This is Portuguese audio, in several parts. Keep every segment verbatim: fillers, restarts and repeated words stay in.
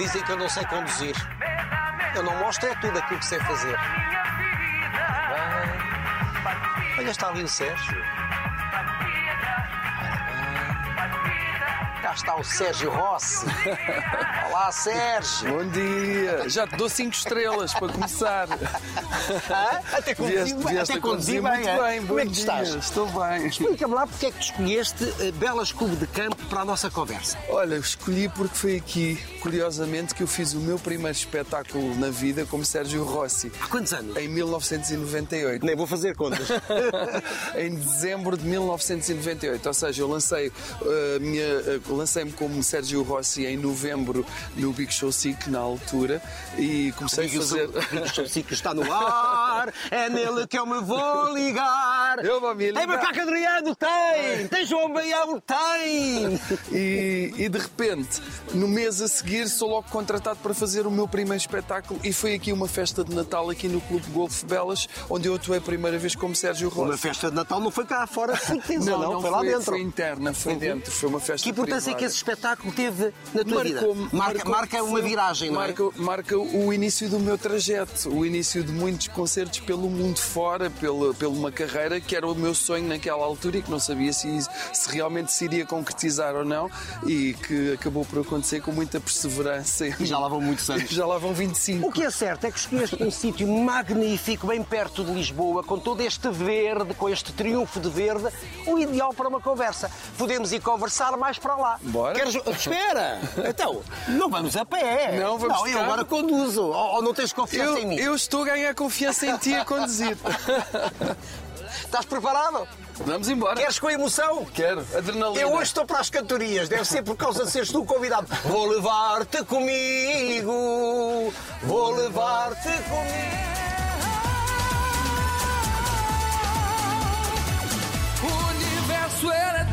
dizem que eu não sei conduzir. Eu não mostro é tudo aquilo que sei fazer. Bem, olha, está ali o Sérgio. Cá está o Sérgio Rossi. Olá, Sérgio. Bom dia. Já te dou cinco estrelas para começar. Ah, até conduzi bem. Até conduzi bem, muito é? bem. Como é que Bom estás? dia. Estou bem. Explica-me lá porque é que tu escolheste uh, Belas Clube de Campo para a nossa conversa. Olha, escolhi porque foi aqui, curiosamente, que eu fiz o meu primeiro espetáculo na vida como Sérgio Rossi. Há quantos anos? Em mil novecentos e noventa e oito. Nem vou fazer contas. Em dezembro de mil novecentos e noventa e oito. Ou seja, eu lancei, uh, minha, uh, lancei-me como Sérgio Rossi em novembro no Big Show Sick, na altura, e comecei a fazer... O Big Show Sick está no ar, é nele que eu me vou ligar. Eu vou me ligar. Tem Macaco Adriano? Tem! Tem João Baião? Tem! E, e de repente, no mês a seguir, sou logo contratado para fazer o meu primeiro espetáculo e foi aqui uma festa de Natal aqui no Clube Golf Belas, onde eu atuei a primeira vez como Sérgio Rossi. Uma festa de Natal não foi cá fora, não, não, não, foi, foi lá dentro. Foi interna, foi dentro, foi uma festa. Que importância é que esse espetáculo teve na tua vida? Marca, marcou, marca uma viragem, não é? Marca, marca o início do meu trajeto, o início de muitos concertos pelo mundo fora, pela, pela uma carreira que era o meu sonho naquela altura e que não sabia se, se realmente se iria concretizar ou não e que acabou por acontecer com muita perseverança. E já lá vão muitos anos. Já lá vão vinte e cinco. O que é certo é que escolheste um sítio magnífico, bem perto de Lisboa, com todo este verde, com este triunfo de verde, o ideal para uma conversa. Podemos ir conversar mais para lá. Bora. Queres... Espera! Então, não vamos a pé. Não, vamos Não, eu cá. agora conduzo. Ou, ou não tens confiança Eu, em mim? eu estou a ganhar confiança em ti a conduzir. Estás preparado? Vamos embora. Queres com emoção? Quero. Adrenalina. Eu hoje estou para as cantorias, deve ser por causa de seres tu convidado. Vou levar-te comigo, vou levar-te comigo. O universo era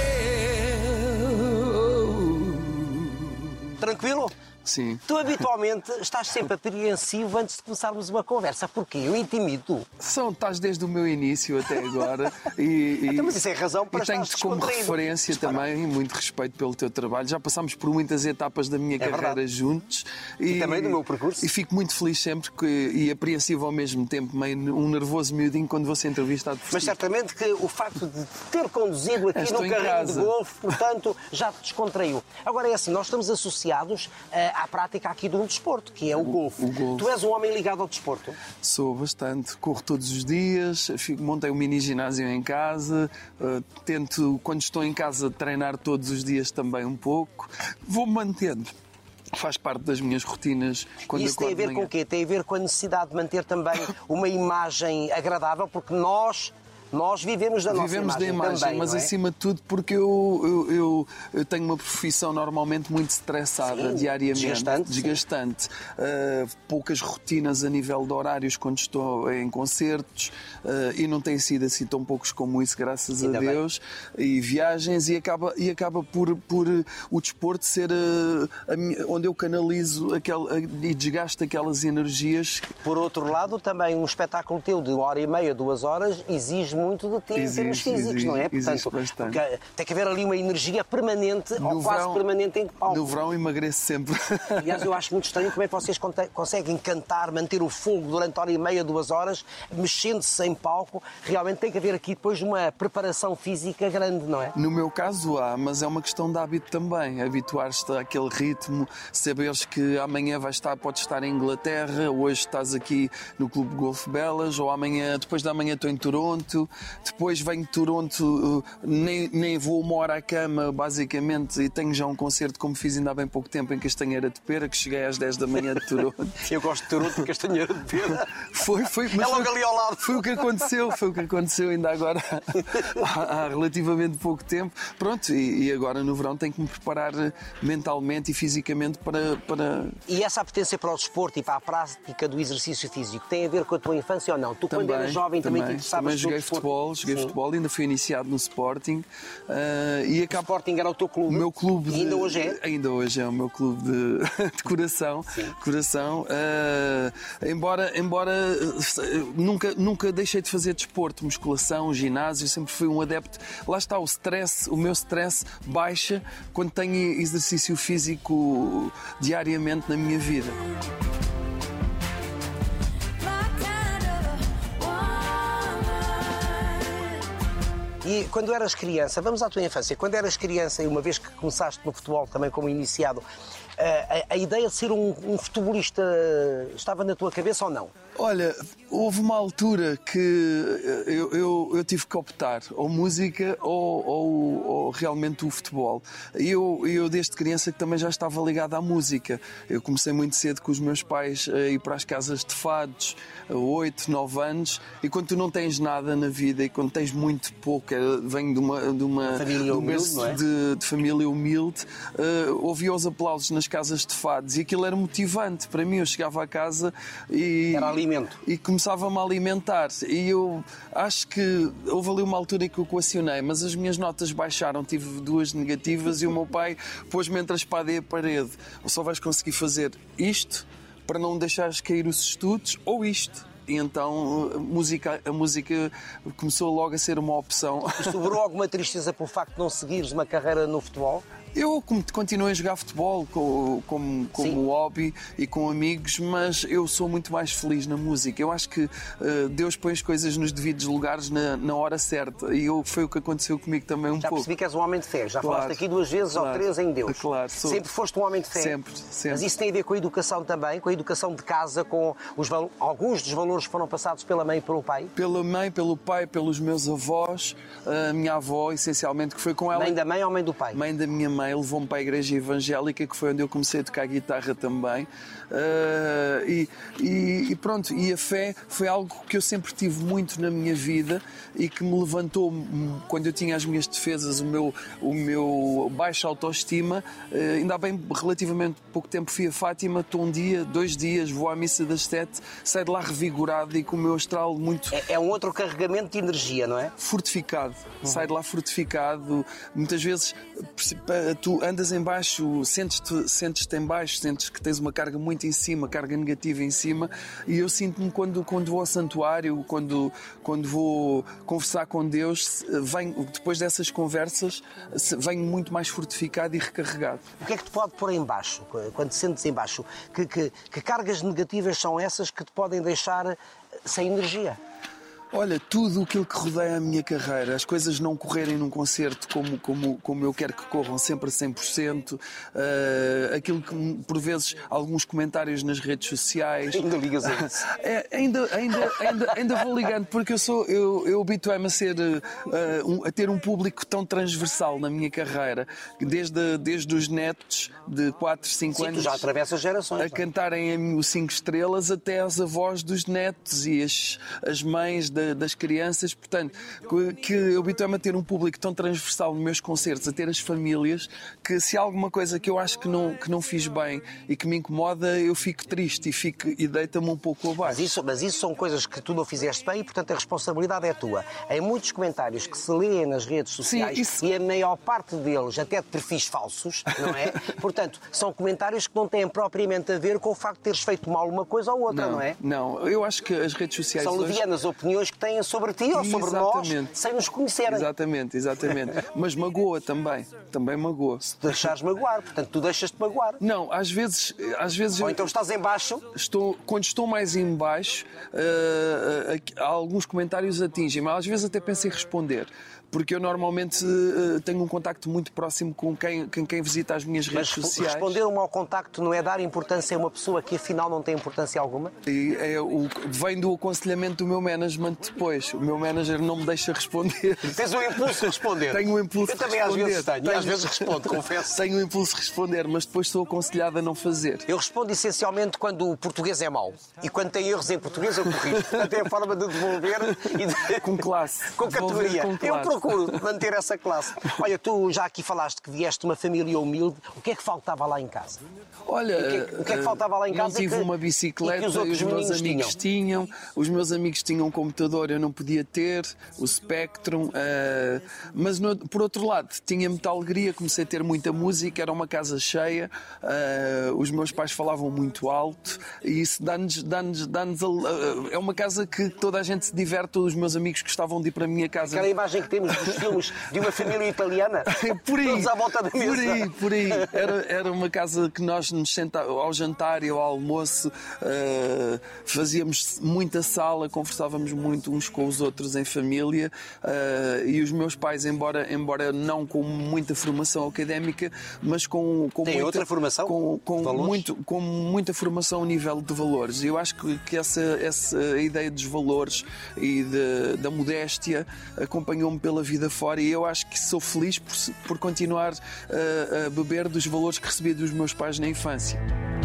teu. Tranquilo? Sim. Tu habitualmente estás sempre apreensivo antes de começarmos uma conversa. Porquê? Eu intimido. São, estás desde o meu início até agora e, e, Então, mas isso é razão para e tenho-te estares como descontraído. referência também e muito respeito pelo teu trabalho. Já passámos por muitas etapas da minha É carreira verdade. juntos. E também do meu percurso. E fico muito feliz sempre que, e apreensivo ao mesmo tempo, meio um nervoso miudinho quando vou ser entrevistado por Mas ti. certamente que o facto de ter conduzido aqui Estou no em carrinho de casa. golfe, portanto, já te descontraiu. Agora é assim, nós estamos associados uh, à prática aqui de um desporto, que é o, o golfe. o golfe. Tu és um homem ligado ao desporto? Sou bastante. Corro todos os dias, fico, montei um mini ginásio em casa, uh, tento, quando estou em casa, treinar todos os dias também um pouco. Vou-me mantendo. Faz parte das minhas rotinas quando Isso tem a acordo de ver manhã. com o quê? Tem a ver com a necessidade de manter também uma imagem agradável, porque nós... Nós vivemos da nossa Vivemos imagem, da imagem, também, mas não é? acima de tudo porque eu, eu, eu, eu tenho uma profissão normalmente muito estressada, Sim, diariamente. desgastante, Desgastante. Uh, poucas rotinas a nível de horários quando estou em concertos uh, e não tem sido assim tão poucos como isso, graças Ainda a bem. Deus. E viagens e acaba, e acaba por, por uh, o desporto ser uh, a minha, onde eu canalizo aquela, e desgasto aquelas energias. Por outro lado, também um espetáculo teu de uma hora e meia, duas horas, exige muito de ti em Exige, termos físicos, exige, não é? exige Portanto, bastante. porque tem que haver ali uma energia permanente, ou No quase verão- permanente em palco. No verão emagreço sempre. Aliás, eu acho muito estranho como é que vocês conte- conseguem cantar, manter o fogo durante hora e meia, duas horas, mexendo-se em palco. Realmente tem que haver aqui depois uma preparação física grande, não é? No meu caso há, mas é uma questão de hábito também. Habituar-te àquele ritmo, saberes que amanhã vais estar, podes estar em Inglaterra, hoje estás aqui no Clube de Golfe Belas, ou amanhã, depois da manhã estou em Toronto, depois venho de Toronto, nem, nem vou uma hora à cama, basicamente, e tenho já um concerto como fiz ainda há bem pouco tempo em Castanheira de Pera, que cheguei às dez da manhã de Toronto. Eu gosto de Toronto, de Castanheira de Pera. Foi, foi, mas É logo foi, ali ao lado. Foi o que aconteceu, foi o que aconteceu ainda agora há, há relativamente pouco tempo. Pronto, e, e agora no verão tenho que me preparar mentalmente e fisicamente para... para... E essa apetência para o desporto e para a prática do exercício físico tem a ver com a tua infância ou não? Tu, quando Também, eras jovem, também, também. te interessavas Também pelo joguei desporto? futebol, joguei Sim. futebol, ainda fui iniciado no Sporting. Uh, e acabo... O Sporting era o teu clube? O meu clube. E ainda de... hoje é? Ainda hoje é o meu clube de, de coração. Sim. coração. Uh, embora embora uh, nunca, nunca deixei de fazer desporto, musculação, ginásio, sempre fui um adepto. Lá está, o stress, o meu stress baixa quando tenho exercício físico diariamente na minha vida. E quando eras criança, vamos à tua infância, quando eras criança e uma vez que começaste no futebol também como iniciado, a, a ideia de ser um, um futebolista estava na tua cabeça ou não? Olha, houve uma altura que eu, eu, eu tive que optar, ou música ou, ou, ou realmente o futebol. E eu, eu, desde criança, que também já estava ligado à música. Eu comecei muito cedo com os meus pais a ir para as casas de fados, a oito, nove anos, e quando tu não tens nada na vida e quando tens muito pouco, venho de uma, de uma família humilde, não é? de, de família humilde, uh, ouvia os aplausos nas casas de fados e aquilo era motivante para mim. Eu chegava a casa e... Era alimento. E começava-me a alimentar. E eu acho que houve ali uma altura em que eu equacionei, mas as minhas notas baixaram, tive duas negativas e o meu pai pôs-me entre a espada e a parede. Ou só vais conseguir fazer isto para não deixares cair os estudos, ou isto. E então a música, a música começou logo a ser uma opção. Sobrou alguma tristeza pelo facto de não seguires uma carreira no futebol? Eu continuei a jogar futebol como, como, como hobby e com amigos, mas eu sou muito mais feliz na música. Eu acho que uh, Deus põe as coisas nos devidos lugares na, na hora certa e eu, foi o que aconteceu comigo também um Já pouco. percebi que és um homem de fé. Já Claro, falaste aqui duas vezes claro, ou três em Deus. Claro, sou. Sempre foste um homem de fé. Sempre, sempre. Mas isso tem a ver com a educação também, com a educação de casa, com os val... alguns dos valores que foram passados pela mãe e pelo pai? Pela mãe, pelo pai, pelos meus avós, a minha avó, essencialmente, que foi com ela... Mãe da mãe ou mãe do pai? Mãe da minha mãe, levou-me para a igreja evangélica, que foi onde eu comecei a tocar guitarra também. Uh, e, e, e pronto, e a fé foi algo que eu sempre tive muito na minha vida e que me levantou quando eu tinha as minhas defesas, o meu, o meu baixa autoestima. Uh, ainda há bem relativamente pouco tempo fui a Fátima, estou um dia, dois dias, vou à missa das sete, saio de lá revigorado e com o meu astral muito... É, é um outro carregamento de energia, não é? Fortificado, uhum. Sai de lá fortificado. Muitas vezes tu andas em baixo, sentes-te, sentes-te em baixo, sentes que tens uma carga muito em cima, carga negativa em cima, e eu sinto-me quando, quando vou ao santuário, quando, quando vou conversar com Deus, venho, depois dessas conversas, venho muito mais fortificado e recarregado. O que é que te pode pôr em baixo, quando te sentes em baixo? Que, que, que cargas negativas são essas que te podem deixar sem energia? Olha, tudo aquilo que rodeia a minha carreira, as coisas não correrem num concerto como, como, como eu quero que corram sempre a cem por cento, uh, aquilo que, por vezes, alguns comentários nas redes sociais... Ainda ligas a isso? É, ainda, ainda, ainda, ainda vou ligando, porque eu sou, eu, eu habituei-me a, ser, uh, um, a ter um público tão transversal na minha carreira, desde, desde os netos de quatro, cinco Sim, anos... tu já atravessas gerações. A não? Cantarem o cinco estrelas até às avós dos netos e as, as mães das crianças, portanto, que eu habituei-me a ter um público tão transversal nos meus concertos, a ter as famílias, que se há alguma coisa que eu acho que não, que não fiz bem e que me incomoda, eu fico triste e, fico, e deita-me um pouco abaixo. Mas isso, mas isso são coisas que tu não fizeste bem e, portanto, a responsabilidade é tua. Em muitos comentários que se lêem nas redes sociais, Sim, isso... e a maior parte deles até de perfis falsos, não é? Portanto, são comentários que não têm propriamente a ver com o facto de teres feito mal uma coisa ou outra, não, não é? Não, eu acho que as redes sociais... São levianas hoje... opiniões que têm sobre ti ou sobre exatamente. Nós, sem nos conhecerem. Exatamente, exatamente. Mas magoa também, também magoa. Se deixares magoar, portanto, tu deixas-te magoar. Não, às vezes... Às vezes ou eu, então estás em baixo. Estou, quando estou mais em baixo, uh, uh, alguns comentários atingem-me. Às vezes até penso em responder. Porque eu normalmente uh, tenho um contacto muito próximo com quem, com quem visita as minhas redes Mas sociais. Responder um ao contacto não é dar importância a uma pessoa que afinal não tem importância alguma? E é o, vem do aconselhamento do meu management depois. O meu manager não me deixa responder. Tens um impulso de responder? Tenho um impulso eu de responder. responder. Eu também às vezes tenho, tenho... e às vezes respondo, confesso. Tenho um impulso de responder, mas depois sou aconselhado a não fazer. Eu respondo essencialmente quando o português é mau. E quando tem erros em português eu corrijo. Portanto é a forma de devolver e de... Com classe. Com categoria. Com classe. Eu procuro manter essa classe. Olha, tu já aqui falaste que vieste de uma família humilde. O que é que faltava lá em casa? Olha, o que é, o que, é que faltava lá em casa? Não tive que, uma bicicleta, e os, e os meus amigos tinham. tinham. Os meus amigos tinham um computador, eu não podia ter, o Spectrum. Uh, mas, no, por outro lado, tinha muita alegria, comecei a ter muita música, era uma casa cheia, uh, os meus pais falavam muito alto e isso dá-nos... dá-nos, dá-nos uh, é uma casa que toda a gente se diverte, todos os meus amigos gostavam de ir para a minha casa. Aquela imagem que temos dos filmes de uma família italiana, por aí, todos à volta da mesa. Por aí, por aí. Era, era uma casa que nós nos sentávamos ao jantar e ao almoço, uh, fazíamos muita sala, conversávamos muito uns com os outros em família, uh, e os meus pais, embora, embora não com muita formação académica, mas com, com Tem muita, outra formação? com, com, muito, com muita formação a nível de valores. E eu acho que, que essa, essa ideia dos valores e de, da modéstia acompanhou-me pela vida fora, e eu acho que sou feliz por, por continuar a, a beber dos valores que recebi dos meus pais na infância.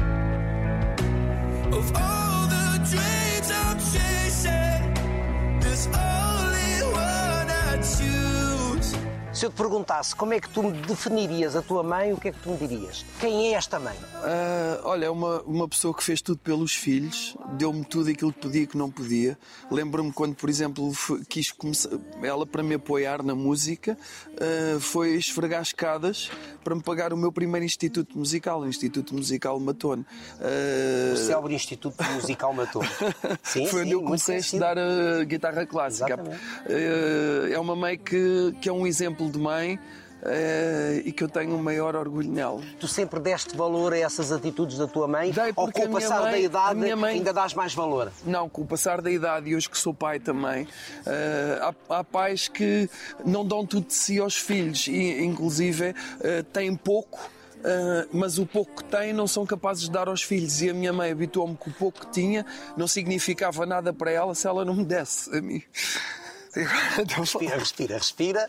Of all the dreams I'm chasing, there's only one I choose. Se eu te perguntasse como é que tu me definirias a tua mãe, o que é que tu me dirias? Quem é esta mãe? Uh, olha, é uma, uma pessoa que fez tudo pelos filhos, deu-me tudo aquilo que podia e que não podia. Lembro-me quando, por exemplo, quis começar, ela para me apoiar na música, uh, foi esfregar escadas para me pagar o meu primeiro instituto musical, o Instituto Musical Matone. Uh... O célebre Instituto Musical Matone. Sim, foi sim, onde eu comecei a estudar a guitarra clássica. Uh, é uma mãe que, que é um exemplo de mãe, uh, e que eu tenho o maior orgulho nela. Tu sempre deste valor a essas atitudes da tua mãe? Dei, ou com o passar mãe, da idade mãe... ainda dás mais valor? Não, com o passar da idade, e hoje que sou pai também, uh, há, há pais que não dão tudo de si aos filhos e inclusive uh, têm pouco. Uh, mas o pouco que têm não são capazes de dar aos filhos, e a minha mãe habituou-me que o pouco que tinha não significava nada para ela se ela não me desse a mim. Respira, respira, respira.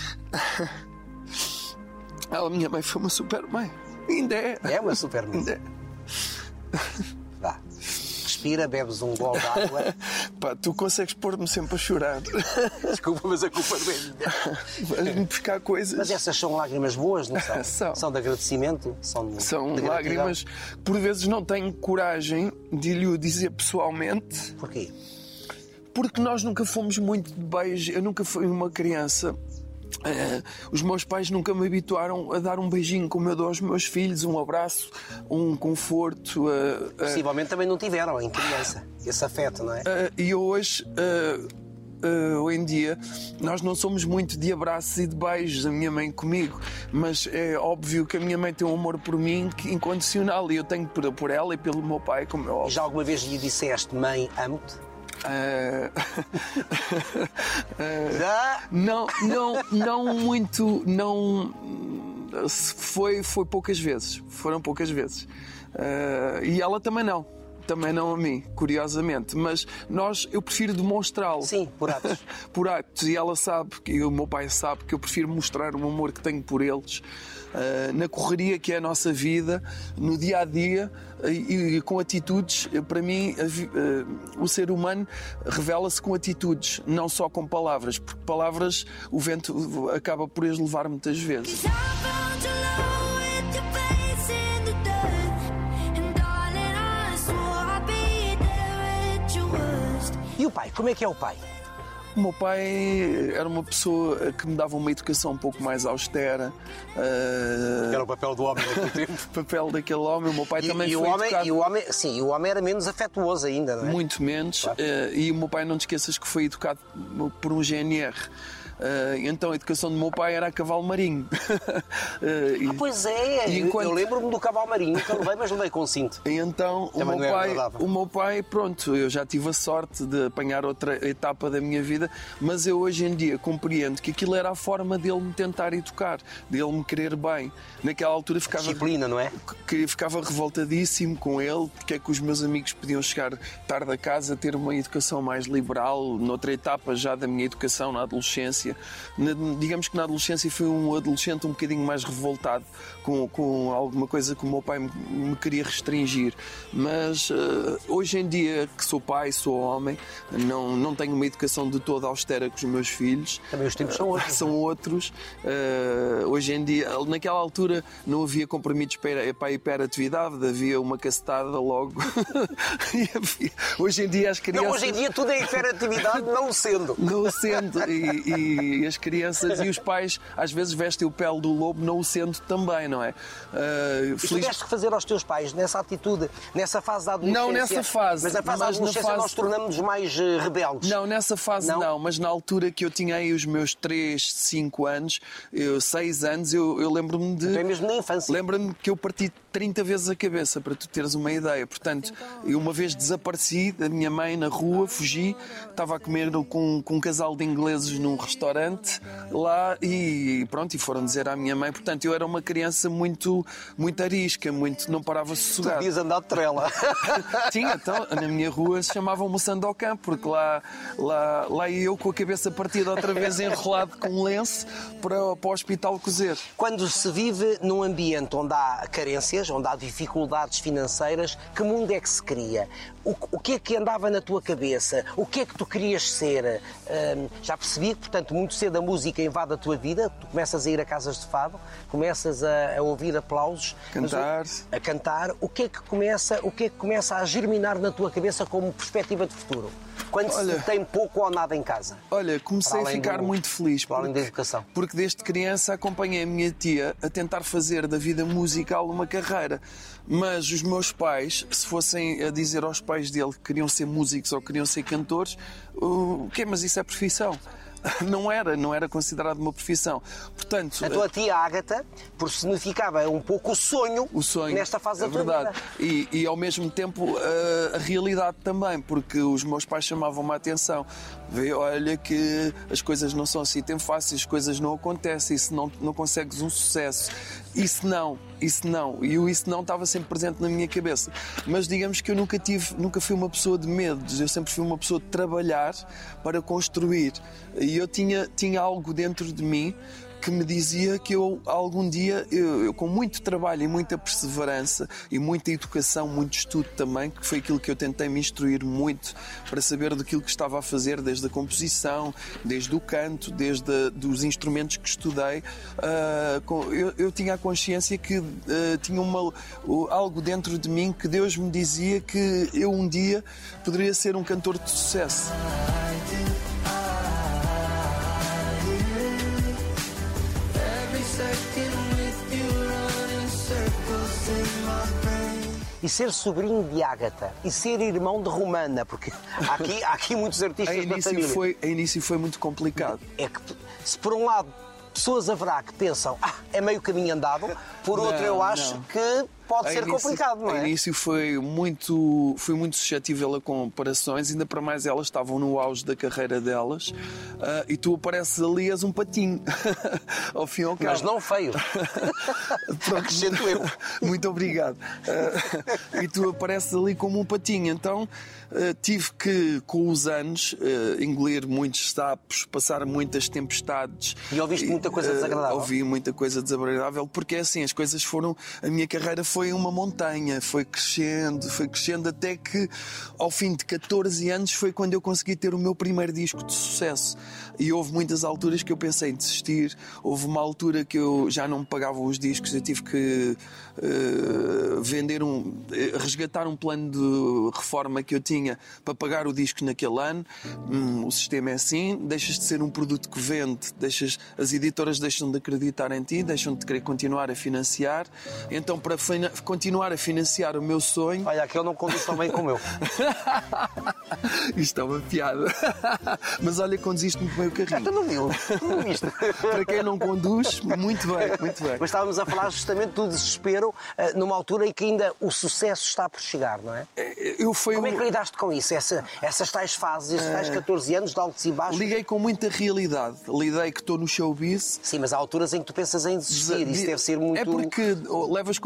A minha mãe foi uma super mãe. Ainda é. É uma super mãe. Ainda é. Vá. Respira, bebes um gole de água. Pá, tu consegues pôr-me sempre a chorar. Desculpa, mas a culpa não é minha. Vais-me buscar coisas. Mas essas são lágrimas boas, não são? São. São de agradecimento? São, de, são de lágrimas. Por vezes não tenho coragem de lhe o dizer pessoalmente. Porquê? Porque nós nunca fomos muito de beijo. Eu nunca fui uma criança. Uh, os meus pais nunca me habituaram a dar um beijinho como eu dou aos meus filhos, um abraço, um conforto. Uh, uh, Possivelmente também não tiveram em criança esse afeto, não é? Uh, e hoje, uh, uh, hoje em dia, nós não somos muito de abraços e de beijos, a minha mãe comigo, mas é óbvio que a minha mãe tem um amor por mim incondicional, e eu tenho por, por ela e pelo meu pai, como é óbvio. Já alguma vez lhe disseste, mãe, amo-te? Uh... uh... Não, não, não muito, não. Foi, foi poucas vezes, foram poucas vezes. Uh... E ela também não, também não a mim, curiosamente. Mas nós, eu prefiro demonstrá-lo. Sim, por atos. Por atos, e ela sabe, e o meu pai sabe que eu prefiro mostrar o amor que tenho por eles. Uh, na correria que é a nossa vida, no dia a dia, uh, e, e com atitudes. Para mim, uh, uh, o ser humano revela-se com atitudes, não só com palavras, porque palavras o vento acaba por as levar muitas vezes. E o pai? Como é que é o pai? O meu pai era uma pessoa que me dava uma educação um pouco mais austera. Uh... Era o papel do homem naquele tempo. O papel daquele homem. O meu pai e, também e foi o homem, educado... E o homem, sim, e o homem era menos afetuoso ainda, não é? Muito menos. Claro. Uh, e o meu pai, não te esqueças que foi educado por um G N R. Uh, então a educação do meu pai era a cavalo marinho. uh, e, ah, pois é, enquanto... eu lembro-me do cavalo marinho, que eu levei, mas levei com cinto. E então o meu, pai, o meu pai, pronto, eu já tive a sorte de apanhar outra etapa da minha vida, mas eu hoje em dia compreendo que aquilo era a forma dele me tentar educar, dele me querer bem. Naquela altura ficava... Disciplina, não é? Que ficava revoltadíssimo com ele, porque é que os meus amigos podiam chegar tarde a casa, ter uma educação mais liberal, noutra etapa já da minha educação, na adolescência. música. Na, digamos que na adolescência fui um adolescente um bocadinho mais revoltado com, com alguma coisa que o meu pai me, me queria restringir. Mas uh, hoje em dia, que sou pai, sou homem, não, não tenho uma educação de toda austera com os meus filhos. Também os tempos são outros. São outros. Uh, hoje em dia, naquela altura, não havia comprimidos para, para a hiperatividade, havia uma cacetada logo. havia, hoje em dia as crianças... Não, hoje em dia tudo é hiperatividade, não sendo. Não sendo. E, e as crianças e os pais às vezes vestem o pele do lobo, não o sendo também, não é? Uh, e tu tiveste que fazer aos teus pais nessa atitude, nessa fase da adolescência? Não nessa fase. Mas na fase da adolescência fase... nós tornamos-nos mais uh, rebeldes. Não, nessa fase não? não, mas na altura que eu tinha aí os meus três, cinco anos, eu, seis anos, eu, eu lembro-me de... Então é mesmo na infância. Lembro-me que eu parti trinta vezes a cabeça, para tu teres uma ideia. Portanto, eu uma vez desapareci da minha mãe na rua, fugi, estava a comer com, com um casal de ingleses num restaurante lá e pronto, e foram dizer à minha mãe. Portanto, eu era uma criança muito, muito arisca, muito, não parava sossegado. Tu podias andar de trela. Tinha, então, na minha rua se chamavam-me Sandokan, porque lá, lá, lá ia eu com a cabeça partida outra vez enrolado com um lenço para, para o hospital cozer. Quando se vive num ambiente onde há carências, onde há dificuldades financeiras, que mundo é que se cria? O, o que é que andava na tua cabeça? O que é que tu querias ser? Hum, já percebi que, portanto, muito cedo a música invade a tua vida, tu começas a ir a casas de fado, começas a, a ouvir aplausos, cantar. O, a cantar. O que é que começa, o que é que começa a germinar na tua cabeça como perspectiva de futuro? Quando olha, se tem pouco ou nada em casa? Olha, comecei a ficar do, muito feliz. Para além da educação. Porque desde criança acompanhei a minha tia a tentar fazer da vida musical uma carreira. Mas os meus pais, se fossem a dizer aos pais dele que queriam ser músicos ou queriam ser cantores, o quê? Mas isso é profissão. Não era, não era considerado uma profissão. Portanto, a tua tia Ágata personificava um pouco o sonho, o sonho nesta fase é da tua verdade. vida. E, e ao mesmo tempo a, a realidade também, porque os meus pais chamavam-me a atenção. Vê, olha que as coisas não são assim tão fáceis, as coisas não acontecem, e se não, não consegues um sucesso. Isso não, isso não. E o isso não estava sempre presente na minha cabeça. Mas digamos que eu nunca tive, nunca fui uma pessoa de medos, eu sempre fui uma pessoa de trabalhar para construir. E eu tinha, tinha algo dentro de mim que me dizia que eu, algum dia, eu, eu, com muito trabalho e muita perseverança e muita educação, muito estudo também, que foi aquilo que eu tentei me instruir muito para saber daquilo que estava a fazer, desde a composição, desde o canto, desde a, dos instrumentos que estudei, uh, eu, eu tinha a consciência que uh, tinha uma, uh, algo dentro de mim que Deus me dizia que eu um dia poderia ser um cantor de sucesso. E ser sobrinho de Ágata e ser irmão de Romana, porque há aqui, há aqui muitos artistas da família. Foi, a início foi muito complicado. É que, se por um lado pessoas haverá que pensam, ah, é meio caminho andado, por outro não, eu acho não. que pode a ser início, complicado, não é? A início foi muito, fui muito suscetível a comparações, ainda para mais elas estavam no auge da carreira delas, uh, e tu apareces ali és um patinho, ao fim e ao cabo. Mas não feio. Acrescento eu. Muito obrigado. Uh, e tu apareces ali como um patinho, então uh, tive que, com os anos, uh, engolir muitos sapos, passar muitas tempestades. E ouviste muita coisa desagradável? Uh, ouvi muita coisa desagradável, porque assim, as coisas foram, a minha carreira foi uma montanha, foi crescendo, foi crescendo até que ao fim de catorze anos foi quando eu consegui ter o meu primeiro disco de sucesso. E houve muitas alturas que eu pensei em desistir, houve uma altura que eu já não me pagava os discos, eu tive que uh, vender um, resgatar um plano de reforma que eu tinha para pagar o disco naquele ano. Hum, o sistema é assim, deixas de ser um produto que vende, deixas, as editoras deixam de acreditar em ti, deixam de querer continuar a financiar, então para continuar a financiar o meu sonho... Olha, aquele não conduz tão bem como eu. Isto é uma piada. Mas olha, conduziste muito bem o carrinho. Então não viu, não viste. Para quem não conduz, muito bem, muito bem. Mas estávamos a falar justamente do desespero numa altura em que ainda o sucesso está por chegar, não é? Eu fui Como um... é que lidaste com isso? Essa, essas tais fases, esses tais catorze anos de altos e baixos? Liguei com muita realidade. Lidei que estou no showbiz. Sim, mas há alturas em que tu pensas em desistir. Isso deve ser muito... É porque levas com muitas portas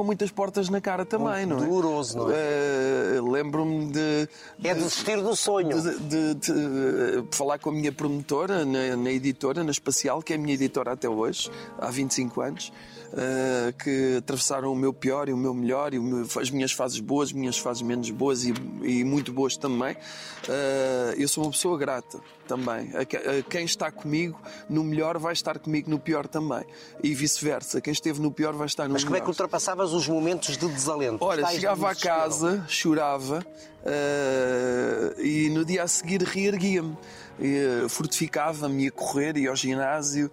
portas na cara também, muito não é? Doloroso, não é? Uh, lembro-me de, de... É desistir do sonho. De, de, de, de falar com a minha promotora na, na editora, na Espacial, que é a minha editora até hoje, há vinte e cinco anos. Uh, que atravessaram o meu pior e o meu melhor, e o meu, as minhas fases boas, as minhas fases menos boas e, e muito boas também. Uh, eu sou uma pessoa grata também. A, a quem está comigo no melhor vai estar comigo no pior também. E vice-versa. Quem esteve no pior vai estar no Mas melhor. Como é que ultrapassavas os momentos de desalento? Ora, Estais chegava a casa, chorava uh, e no dia a seguir reerguia-me. Uh, fortificava-me, ia correr, ia ao ginásio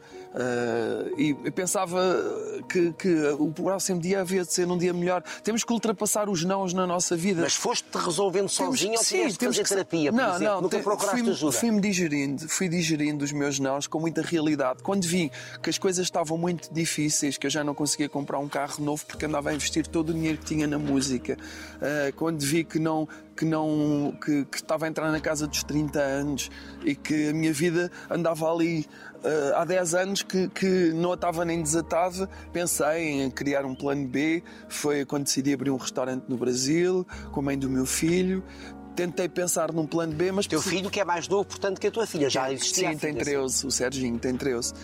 uh, e eu pensava que, que o próximo dia havia de ser um dia melhor. Temos que ultrapassar os nãos na nossa vida. Mas foste-te resolvendo sozinho ou tiveste de fazer que... terapia, por não, exemplo? Não, Nunca te... procuraste fui, ajuda? Fui-me digerindo, fui digerindo os meus nãos com muita realidade. Quando vi que as coisas estavam muito difíceis, que eu já não conseguia comprar um carro novo porque andava a investir todo o dinheiro que tinha na música, uh, quando vi que não... que não que, que estava a entrar na casa dos trinta anos e que a minha vida andava ali uh, há dez anos que, que não a estava nem desatada, pensei em criar um plano B. Foi quando decidi abrir um restaurante no Brasil com a mãe do meu filho. Tentei pensar num plano B, mas... Teu filho que é mais novo, portanto, que a tua filha já existia. Sim, tem treze, o Serginho tem treze.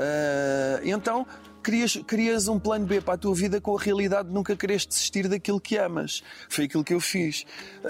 Uh, e então... Querias, querias um plano B para a tua vida com a realidade de nunca quereres desistir daquilo que amas. Foi aquilo que eu fiz.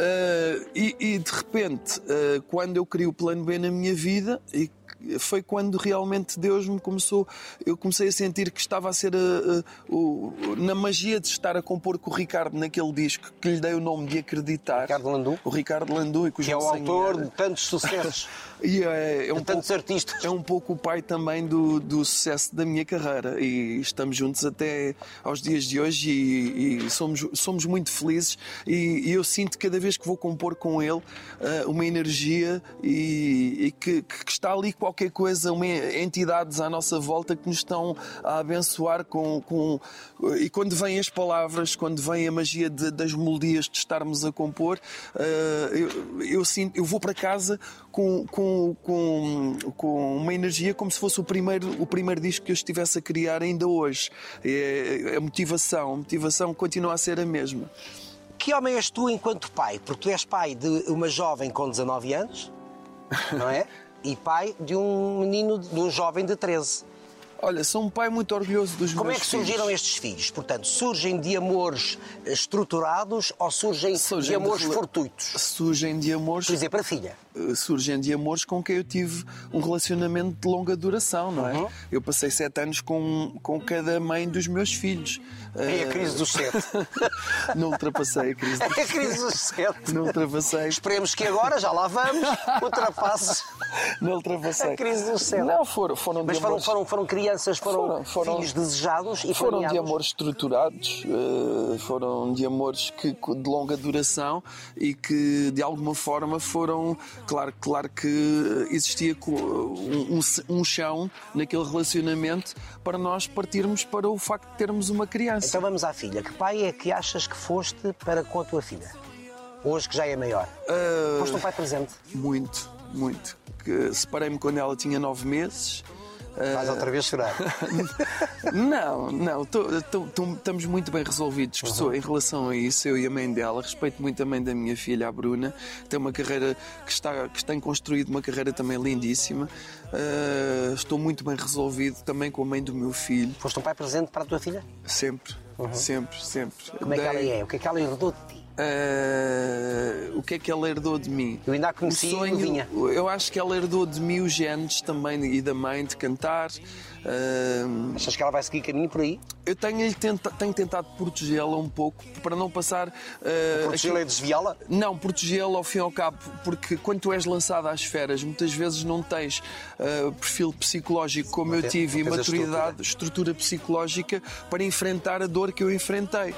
Uh, e, e, de repente, uh, quando eu criei o plano B na minha vida, e foi quando realmente Deus me começou... Eu comecei a sentir que estava a ser... Uh, uh, uh, na magia de estar a compor com o Ricardo naquele disco, que lhe dei o nome de Acreditar. Ricardo Landu? O Ricardo Landu. E que é o autor de tantos sucessos. E é, é um de tantos pouco, artistas. É um pouco o pai também do, do sucesso da minha carreira. E estamos juntos até aos dias de hoje e, e somos, somos muito felizes. E, e eu sinto cada vez que vou compor com ele uh, uma energia e, e que, que está ali qualquer coisa, uma, entidades à nossa volta que nos estão a abençoar com, com... E quando vêm as palavras, quando vem a magia de, das melodias de estarmos a compor, uh, eu, eu, sinto, eu vou para casa com, com, com, com uma energia como se fosse o primeiro, o primeiro disco que eu estivesse a criar ainda hoje. É, a motivação, a motivação continua a ser a mesma. Que homem és tu enquanto pai? Porque tu és pai de uma jovem com dezanove anos, não é? E pai de um menino, de um jovem de treze. Olha, sou um pai muito orgulhoso dos Como meus é que surgiram filhos. estes filhos? Portanto, surgem de amores estruturados ou surgem, surgem de amores de... fortuitos? Surgem de amores... Por exemplo, a filha. Surgem de amores com quem eu tive um relacionamento de longa duração, não é? Uhum. Eu passei sete anos com, com cada mãe dos meus filhos. É a crise dos sete. Não ultrapassei a crise dos sete. É a crise dos sete. Não ultrapassei. Esperemos que agora, já lá vamos, ultrapasses. Não ultrapassei. A crise dos sete. Não, foram, foram Mas de foram, amores... foram, foram crianças, foram, foram, foram filhos desejados e foram planeados. de amores estruturados, foram de amores que, de longa duração e que de alguma forma foram, claro, claro que existia um, um, um chão naquele relacionamento para nós partirmos para o facto de termos uma criança. Então vamos à filha. Que pai é que achas que foste para com a tua filha? Hoje que já é maior. Uh, foste um pai presente? Muito, muito. Separei-me quando ela tinha nove meses. Vais outra vez chorar? Não, não, tô, tô, tô, estamos muito bem resolvidos uhum. em relação a isso, eu e a mãe dela. Respeito muito a mãe da minha filha, a Bruna. Tem uma carreira que está, que tem construído uma carreira também lindíssima. Uh, estou muito bem resolvido também com a mãe do meu filho. Foste um pai presente para a tua filha? Sempre, uhum. sempre, sempre. Como é que ela é? O que é que ela herdou de ti? Uh, o que é que ela herdou de mim? Eu ainda a conheci e vinha. Eu acho que ela herdou de mim os genes também e da mãe de cantar. Uh, Achas que ela vai seguir caminho por aí? Eu tenho, tenta, tenho tentado protegê-la um pouco para não passar... Uh, protegê-la e desviá-la? Não, protegê-la ao fim e ao cabo, porque quando tu és lançada às esferas, muitas vezes não tens uh, perfil psicológico como não eu tem, tive e maturidade, estrutura. estrutura psicológica para enfrentar a dor que eu enfrentei.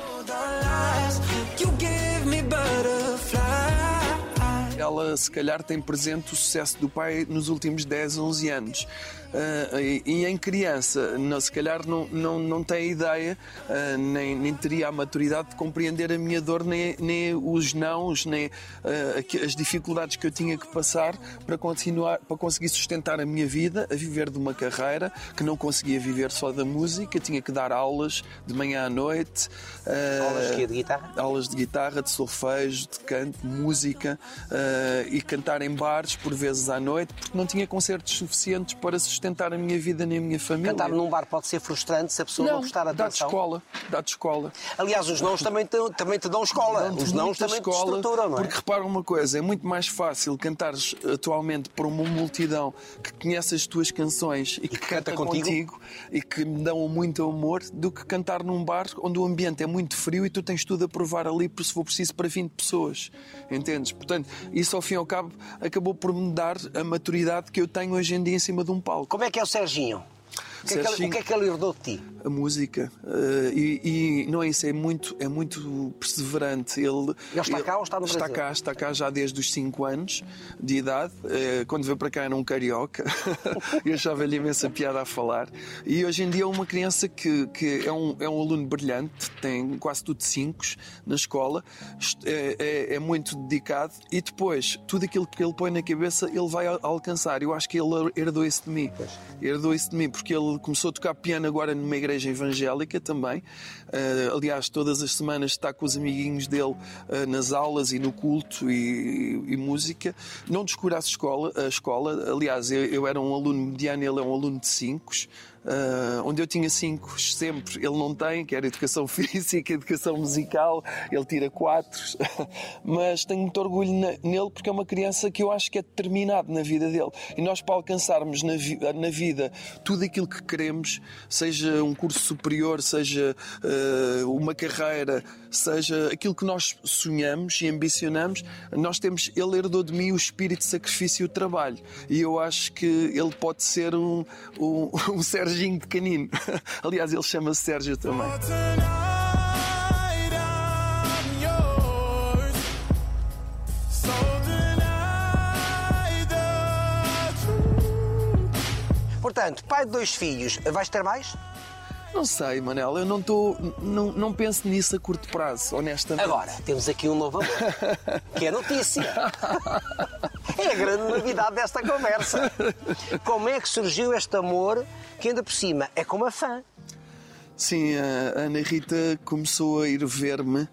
Ela, se calhar, tem presente o sucesso do pai nos últimos dez, onze anos. Uh, e, e em criança, não, se calhar não, não, não tem ideia, uh, nem, nem teria a maturidade de compreender a minha dor, nem, nem os nãos, nem uh, as dificuldades que eu tinha que passar para, continuar, para conseguir sustentar a minha vida, a viver de uma carreira que não conseguia viver só da música, tinha que dar aulas de manhã à noite. Uh, aulas de, de guitarra? Aulas de guitarra, de solfejo, de canto, de música, uh, e cantar em bares por vezes à noite, porque não tinha concertos suficientes para sustentar a minha vida nem a minha família. Cantar num bar pode ser frustrante se a pessoa não, não prestar atenção. Dá-te escola, dá-te escola. Aliás, os nãos também te, também te dão escola. Os nãos também te estruturam, não é? Porque repara uma coisa, é muito mais fácil cantares atualmente para uma multidão que conhece as tuas canções e que, e que canta, canta contigo. contigo e que me dão muito amor, do que cantar num bar onde o ambiente é muito frio e tu tens tudo a provar ali, se for preciso, para vinte pessoas. Entendes? Portanto, isso ao fim e ao cabo acabou por me dar a maturidade que eu tenho hoje em dia em cima de um palco. Como é que é o Serginho? O que, é que ele, o que é que ele herdou de ti? A música. Uh, e, e não é isso, é muito, é muito perseverante. Ele, ele está cá ou está no Brasil? Está cá, está cá já desde os cinco anos de idade. Uh, quando veio para cá era um carioca. Eu achava-lhe imensa piada a falar. E hoje em dia é uma criança que, que é, um, é um aluno brilhante, tem quase tudo cinco na escola, é, é, é muito dedicado e depois tudo aquilo que ele põe na cabeça ele vai alcançar. Eu acho que ele herdou isso de mim. Pois. Herdou isso de mim, porque ele começou a tocar piano agora numa igreja evangélica também. Uh, aliás, todas as semanas está com os amiguinhos dele uh, nas aulas e no culto e, e, e música. Não descura a escola, a escola. Aliás, eu, eu era um aluno mediano, ele é um aluno de cinco. Uh, onde eu tinha cinco sempre, ele não tem, que era educação física, educação musical, ele tira quatro. Mas tenho muito orgulho na, nele, porque é uma criança que eu acho que é determinado na vida dele. E nós, para alcançarmos na, vi, na vida tudo aquilo que queremos, seja um curso superior, seja uh, uma carreira, seja aquilo que nós sonhamos e ambicionamos, nós temos, ele herdou de mim o espírito de sacrifício e o trabalho. E eu acho que ele pode ser um, um, um Sérgio de canino. Aliás, ele chama-se Sérgio também. Portanto, pai de dois filhos, vais ter mais? Não sei, Manel, eu não estou. Não, não penso nisso a curto prazo, honestamente. Agora, temos aqui um novo amor, que é notícia. É a grande novidade desta conversa. Como é que surgiu este amor, que ainda por cima é com uma fã? Sim, a Ana Rita começou a ir ver-me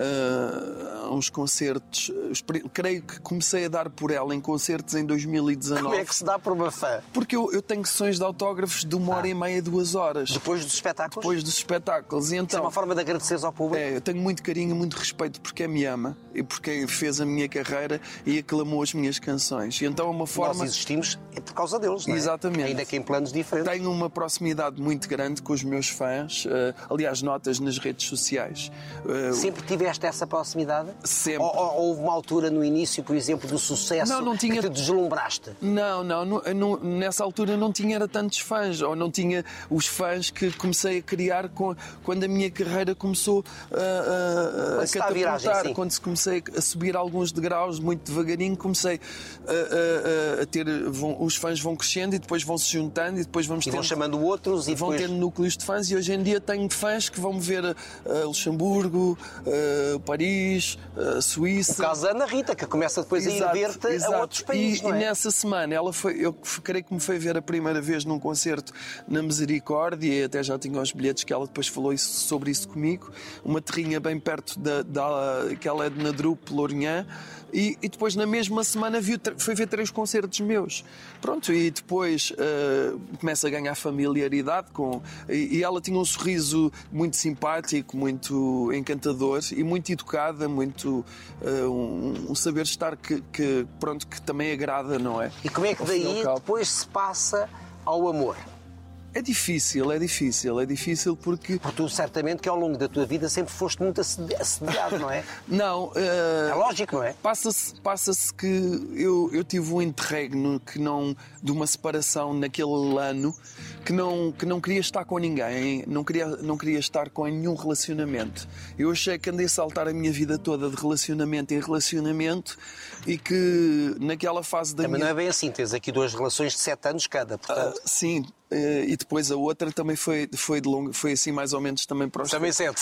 Uh, a uns concertos. Creio que comecei a dar por ela em concertos em dois mil e dezanove. Como é que se dá por uma fã? Porque eu, eu tenho sessões de autógrafos de uma ah. hora e meia, duas horas. Depois dos espetáculos? Depois dos espetáculos. E então, isso é uma forma de agradecer ao público? É, eu tenho muito carinho e muito respeito porque me ama e porque fez a minha carreira e aclamou as minhas canções. E então é uma forma... Nós existimos é por causa deles, não é? Exatamente. Ainda que em planos diferentes. Tenho uma proximidade muito grande com os meus fãs. Uh, aliás, notas nas redes sociais. Uh, Sempre tiveste essa proximidade? Sempre. Ou, ou houve uma altura no início, por exemplo, do sucesso não, não tinha... que te deslumbraste? Não, não, não, não, nessa altura não tinha era tantos fãs, ou não tinha os fãs que comecei a criar com, quando a minha carreira começou a, a, a catapultar. A viragem, quando se comecei a subir alguns degraus muito devagarinho, comecei a, a, a ter... Vão, os fãs vão crescendo e depois vão se juntando e depois vamos e tendo, vão chamando outros e vão depois... tendo núcleos de fãs, e hoje em dia tenho fãs que vão me ver a, a Luxemburgo, a Paris, a Suíça. O caso da Ana Rita, que começa depois exato, a ir ver-te a outros países, e, não é? E nessa semana ela foi, eu creio que me foi ver a primeira vez num concerto na Misericórdia, e até já tinha os bilhetes que ela depois falou isso, sobre isso comigo. Uma terrinha bem perto da, da que ela é de Nadrup, Lourinhã. E, e depois na mesma semana viu, foi ver três concertos meus. Pronto, e depois uh, começa a ganhar familiaridade com... E, e ela tinha um sorriso muito simpático, muito encantador e muito educada, muito uh, um, um saber estar que, que, pronto, que também agrada, não é? E como é que daí depois se passa ao amor? É difícil, é difícil, é difícil porque... Porque tu certamente que ao longo da tua vida sempre foste muito assediado, não é? Não. Uh, é lógico, não é? Passa-se, passa-se que eu, eu tive um interregno que não, de uma separação naquele ano que não, que não queria estar com ninguém, não queria, não queria estar com nenhum relacionamento. Eu achei que andei a saltar a minha vida toda de relacionamento em relacionamento e que naquela fase da Também minha... não é bem assim, tens aqui duas relações de sete anos cada, portanto... Uh, sim, uh, e depois a outra também foi, foi de longo, foi assim mais ou menos também para os... Também sete.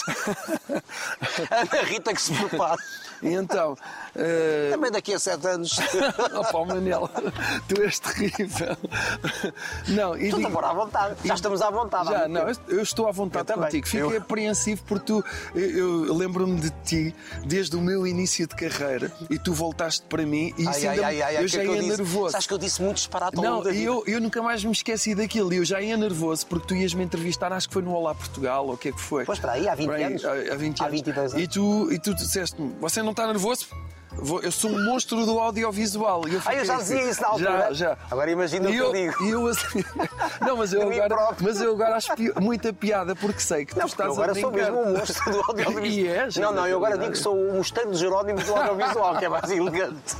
Ana Rita que se prepara. E então... Uh... Também daqui a sete anos. Opa, Manel, tu és terrível. Não, e tu digo... estás à vontade, já estamos à vontade. Já, não, eu estou à vontade eu contigo. Fiquei eu... apreensivo porque tu, eu, eu lembro-me de ti desde o meu início de carreira e tu voltaste para mim e isso ai, ainda ai, ai, eu ai, já que ia é que eu nervoso. Disse? Acho que eu disse muito disparate ao não, longo da vida. eu, eu nunca mais me esqueci daquilo e eu já ia nervoso porque tu ias-me entrevistar, acho que foi no Olá Portugal ou o que é que foi. Pois, para aí, há vinte aí, anos. Há vinte há anos. vinte e dois anos. E tu, e tu disseste-me, você não está nervoso? Eu sou um monstro do audiovisual. Eu ah, eu já dizia assim, isso na altura. Já, já. Agora imagina o que eu digo. E eu assim... Não, mas eu, agora, mas eu agora acho pi... muita piada porque sei que tu não, estás agora a brincar. sou mesmo um monstro do audiovisual. E és, não, não, eu agora digo que sou um mosteiro de Jerónimo do audiovisual, que é mais elegante.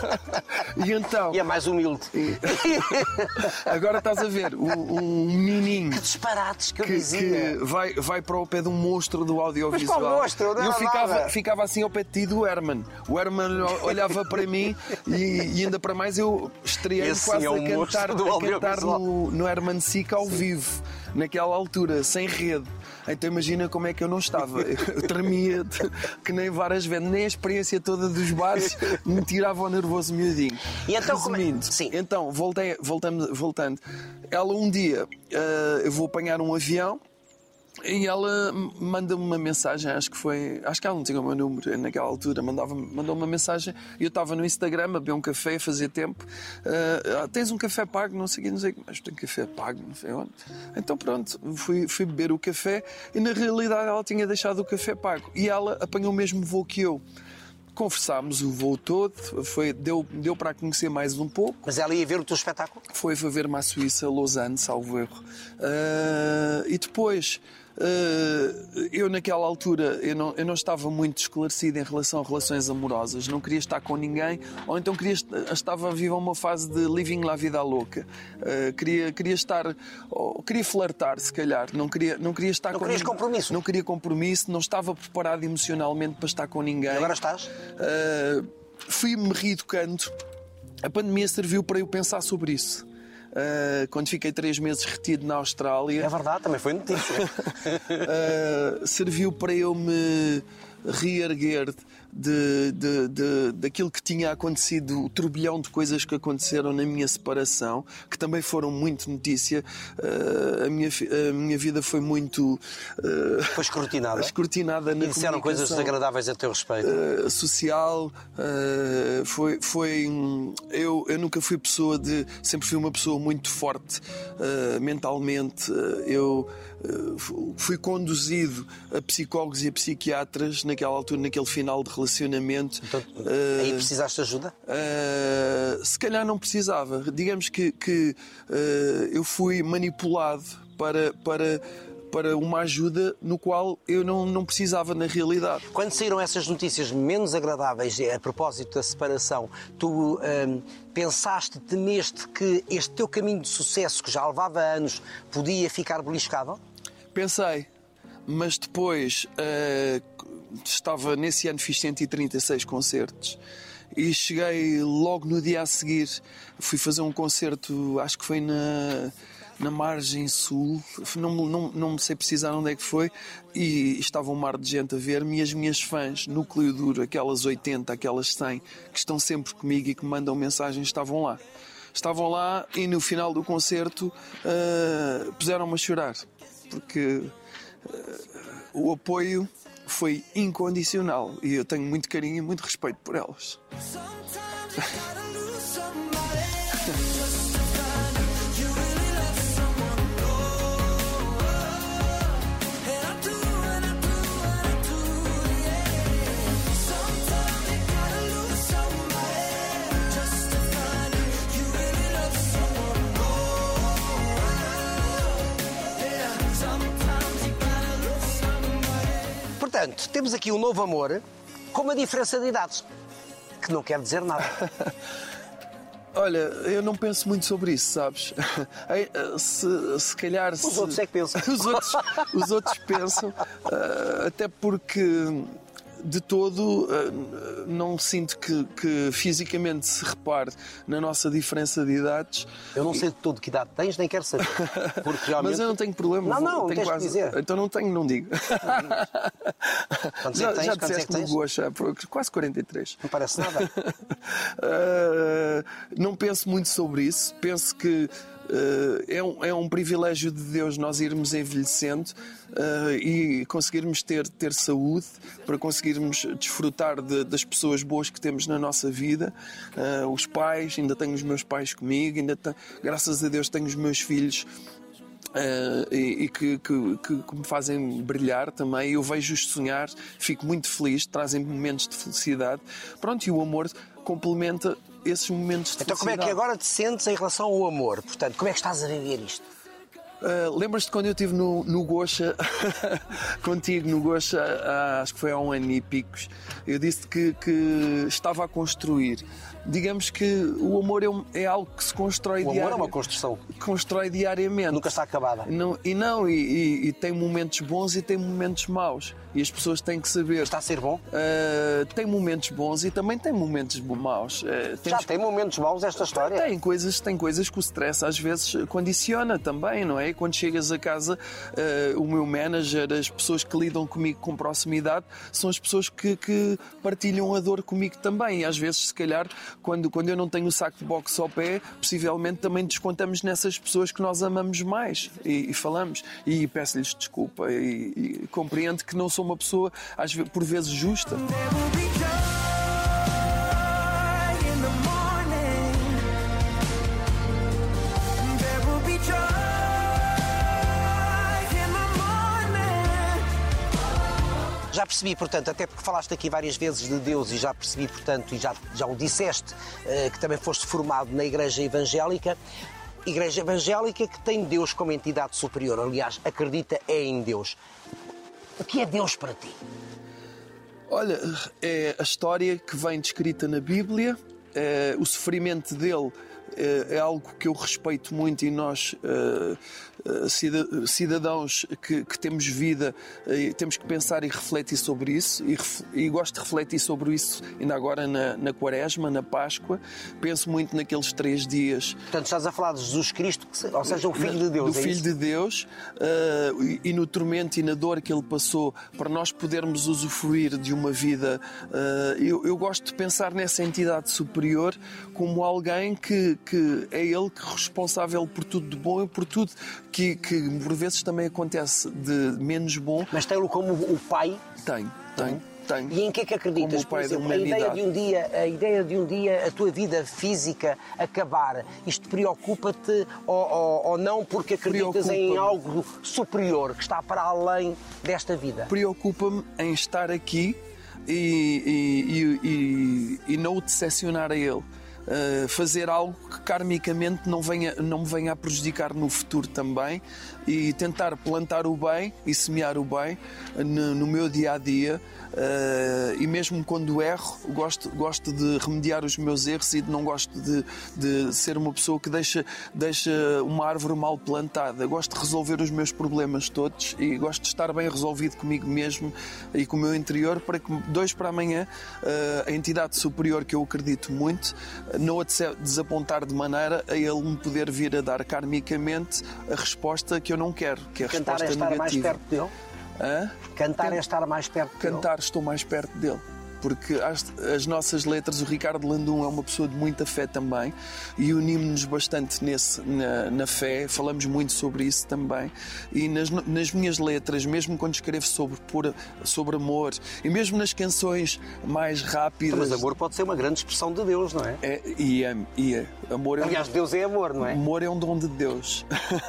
E então... E é mais humilde. E... Agora estás a ver um, um menininho... Que disparates que eu que, dizia. Que vai, vai para o pé de um monstro do audiovisual. Mas qual monstro? Não eu ficava, nada. ficava assim ao pé de ti do Herman. O Herman olhava para mim e, e ainda para mais eu estreiei quase é um a cantar, a cantar no, no Herman Sica ao Sim. vivo, naquela altura, sem rede. Então imagina como é que eu não estava. Eu tremia que nem várias vezes, nem a experiência toda dos bares me tirava o nervoso miudinho. E então, Resumindo, como é? Sim. Então, voltei, voltando, voltando. Ela um dia, uh, eu vou apanhar um avião. E ela manda-me uma mensagem, acho que foi. Acho que ela não tinha o meu número naquela altura, mandava, mandou uma mensagem e eu estava no Instagram a beber um café, a fazer tempo. Uh, tens um café pago, não sei o que, não sei o que, mas tem café pago, não sei onde. Então pronto, fui, fui beber o café e na realidade ela tinha deixado o café pago e ela apanhou o mesmo voo que eu. Conversámos o voo todo, foi, deu, deu para conhecer mais um pouco. Mas ela ia ver o teu espetáculo? Foi, foi ver-me à Suíça, Lausanne, salvo erro. Uh, e depois, uh, eu naquela altura, eu não, eu não estava muito esclarecido em relação a relações amorosas, não queria estar com ninguém, ou então queria, estava a viver uma fase de living la vida louca. Uh, queria, queria estar, ou, queria flertar, se calhar, não queria, não queria estar não com ninguém. Não querias compromisso? Não queria compromisso, não estava preparado emocionalmente para estar com ninguém. E agora estás? Uh, fui-me reeducando. A pandemia serviu para eu pensar sobre isso. Uh, quando fiquei três meses retido na Austrália... É verdade, também foi notícia. uh, serviu para eu me reerguer de, de, de, daquilo que tinha acontecido, o turbilhão de coisas que aconteceram na minha separação, que também foram muito notícia. Uh, a, minha, a minha vida foi muito... Uh, foi escrutinada? Escrutinada na e disseram coisas desagradáveis a teu respeito? Uh, social. Uh, foi... foi eu, eu nunca fui pessoa de... Sempre fui uma pessoa muito forte uh, mentalmente. Uh, eu uh, fui conduzido a psicólogos e a psiquiatras naquela altura, naquele final de relacionamento. Então, uh, aí precisaste de ajuda? Uh, se calhar não precisava. Digamos que, que uh, eu fui manipulado para, para, para uma ajuda no qual eu não, não precisava na realidade. Quando saíram essas notícias menos agradáveis a propósito da separação, tu um, pensaste, temeste que este teu caminho de sucesso, que já levava anos, podia ficar beliscado? Pensei, mas depois... Uh, estava nesse ano, fiz cento e trinta e seis concertos e cheguei logo no dia a seguir, fui fazer um concerto, acho que foi na, na margem sul, não, não, não sei precisar onde é que foi, e estava um mar de gente a ver-me e as minhas fãs, núcleo duro, aquelas oitenta, aquelas cem, que estão sempre comigo e que me mandam mensagens, estavam lá. Estavam lá e no final do concerto uh, puseram-me a chorar, porque uh, o apoio foi incondicional e eu tenho muito carinho e muito respeito por elas. Portanto, temos aqui um novo amor com uma diferença de idades, que não quer dizer nada. Olha, eu não penso muito sobre isso, sabes? Se, se calhar... Os se... outros é que pensam. Os outros, os outros pensam, até porque... De todo, não sinto que, que fisicamente se repare na nossa diferença de idades. Eu não sei de todo que idade tens, nem quero saber. Porque realmente... Mas eu não tenho problema. Não, não, tenho tens quase... que dizer. Então não tenho, não digo. Quantos já é que tens? já Quantos é que disseste no tens? Gocha, quase quarenta e três. Não parece nada. uh, não penso muito sobre isso. Penso que Uh, é, um, é um privilégio de Deus nós irmos envelhecendo uh, e conseguirmos ter, ter saúde para conseguirmos desfrutar de, das pessoas boas que temos na nossa vida. Uh, os pais, ainda tenho os meus pais comigo, ainda tenho, graças a Deus tenho os meus filhos. Uh, e, e que, que, que, que me fazem brilhar também. Eu vejo-os sonhar, fico muito feliz, trazem momentos de felicidade. Pronto, e o amor complementa esses momentos de então, felicidade. como é que agora te sentes em relação ao amor? Portanto, como é que estás a viver isto? Uh, lembras-te quando eu estive no, no Gocha, contigo no Gocha, há, acho que foi há um ano e picos, eu disse que, que estava a construir. Digamos que o amor é, um, é algo que se constrói diariamente. O amor diari... é uma construção. Constrói diariamente. Nunca está acabada. Não, e não, e, e, e tem momentos bons e tem momentos maus. E as pessoas têm que saber. Está a ser bom? Uh, tem momentos bons e também tem momentos maus. Uh, Já tem momentos maus esta história? Tem coisas, tem coisas que o stress às vezes condiciona também, não é? Quando chegas a casa, uh, o meu manager, as pessoas que lidam comigo com proximidade, são as pessoas que, que partilham a dor comigo também. E às vezes, se calhar, quando, quando eu não tenho o saco de boxe ao pé, possivelmente também descontamos nessas pessoas que nós amamos mais e, e falamos. E peço-lhes desculpa e, e compreendo que não sou uma pessoa, às vezes, por vezes, justa. Já percebi, portanto, até porque falaste aqui várias vezes de Deus e já percebi, portanto, e já, já o disseste, que também foste formado na Igreja Evangélica. Igreja Evangélica que tem Deus como entidade superior, aliás, acredita é em Deus. O que é Deus para ti? Olha, é a história que vem descrita na Bíblia, é, o sofrimento dele é, é algo que eu respeito muito e nós, cidadãos que, que temos vida, temos que pensar e refletir sobre isso e, e gosto de refletir sobre isso ainda agora na, na Quaresma, na Páscoa. Penso muito naqueles três dias. Portanto, estás a falar de Jesus Cristo, ou seja, o Filho de Deus. Do é Filho isso? de Deus uh, e, e no tormento e na dor que ele passou para nós podermos usufruir de uma vida. Uh, eu, eu gosto de pensar nessa entidade superior como alguém que, que é ele que é responsável por tudo de bom e por tudo que, que por vezes também acontece de menos bom. Mas tem-o como o Pai? Tem, tem. Tenho. E em que é que acreditas? Por exemplo, a ideia de um dia, a ideia de um dia a tua vida física acabar, isto preocupa-te ou, ou, ou não porque acreditas em algo superior que está para além desta vida? Preocupa-me em estar aqui e, e, e, e, e não o decepcionar a ele. Uh, fazer algo que karmicamente não, venha, não me venha a prejudicar no futuro também e tentar plantar o bem e semear o bem no, no meu dia-a-dia. Uh, e mesmo quando erro, gosto, gosto de remediar os meus erros e não gosto de, de ser uma pessoa que deixa, deixa uma árvore mal plantada. Gosto de resolver os meus problemas todos e gosto de estar bem resolvido comigo mesmo e com o meu interior para que dois para amanhã uh, a entidade superior que eu acredito muito não a desapontar de maneira a ele me poder vir a dar karmicamente a resposta que eu não quero, que é a Cantar resposta é estar negativa. mais perto dele? Hã? Cantar é estar mais perto dele? Cantar, estou mais perto dele. Porque as, as nossas letras, o Ricardo Landum é uma pessoa de muita fé também e unimos-nos bastante nesse, na, na fé, falamos muito sobre isso também. E nas, nas minhas letras, mesmo quando escrevo sobre, por, sobre amor e mesmo nas canções mais rápidas... Mas amor pode ser uma grande expressão de Deus, não é? é e é, e é. Amor é Aliás, um... Deus é amor, não é? Amor é um dom de Deus.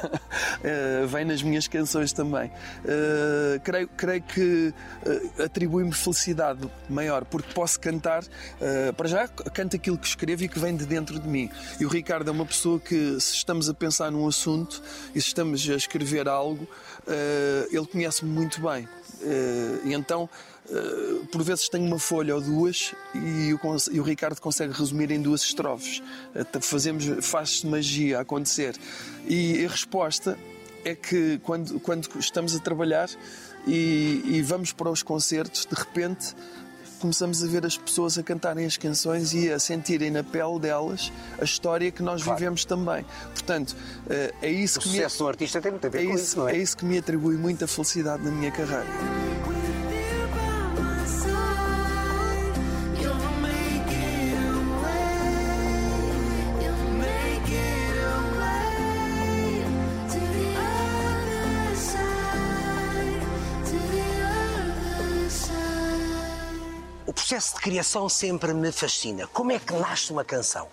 uh, vem nas minhas canções também. Uh, creio, creio que uh, atribui-me felicidade maior porque posso cantar, uh, para já canto aquilo que escrevo e que vem de dentro de mim. E o Ricardo é uma pessoa que, se estamos a pensar num assunto e se estamos a escrever algo, uh, ele conhece-me muito bem. E então, por vezes tenho uma folha ou duas e o, e o Ricardo consegue resumir em duas estrofes. Fazemos, faz-se magia a acontecer. E a resposta é que quando, quando estamos a trabalhar e, e vamos para os concertos, de repente começamos a ver as pessoas a cantarem as canções e a sentirem na pele delas a história que nós claro. vivemos também. Portanto, é isso o que sucesso me... de um artista tem muito a ver é com isso, isso, não é? É isso que me atribui muita felicidade na minha carreira. O processo de criação sempre me fascina. Como é que nasce uma canção?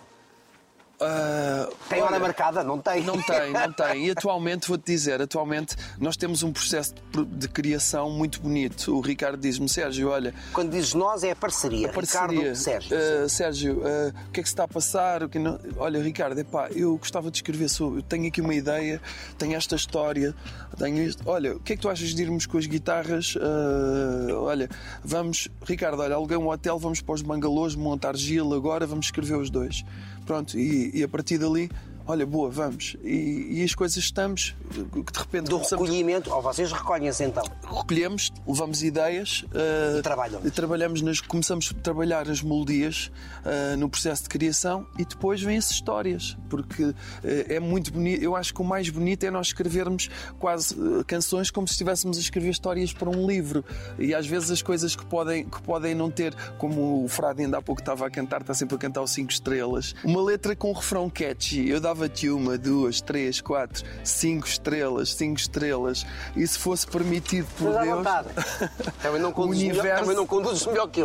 Uh, tem hora olha, marcada? Não tem. Não tem, não tem. E atualmente, vou-te dizer, atualmente nós temos um processo de, de criação muito bonito. O Ricardo diz-me, Sérgio, olha... Quando dizes nós é a parceria. A parceria. Ricardo, Sérgio. Uh, Sérgio, uh, o que é que se está a passar? O que não... Olha, Ricardo, epá, eu gostava de escrever sobre... Eu tenho aqui uma ideia, tenho esta história, tenho isto... Olha, o que é que tu achas de irmos com as guitarras? Uh, olha, vamos... Ricardo, olha, aluguei um hotel, vamos para os bangalôs, montar Gil agora, vamos escrever os dois. Pronto, e, e a partir dali, olha, boa, vamos. E, e as coisas estamos, que de repente... Do começamos... recolhimento, ou vocês recolhem-se então? Recolhemos, levamos ideias... Uh, e trabalham. E trabalhamos nas, começamos a trabalhar as melodias uh, no processo de criação e depois vêm-se histórias, porque uh, é muito bonito. Eu acho que o mais bonito é nós escrevermos quase uh, canções como se estivéssemos a escrever histórias para um livro. E às vezes as coisas que podem, que podem não ter, como o Frade ainda há pouco estava a cantar, está sempre a cantar os cinco estrelas, uma letra com um refrão catchy. Eu dava-te uma, duas, três, quatro, cinco estrelas, cinco estrelas. E se fosse permitido por Mas Deus... vontade. Também não conduzes universo... melhor, também não conduzes melhor que eu.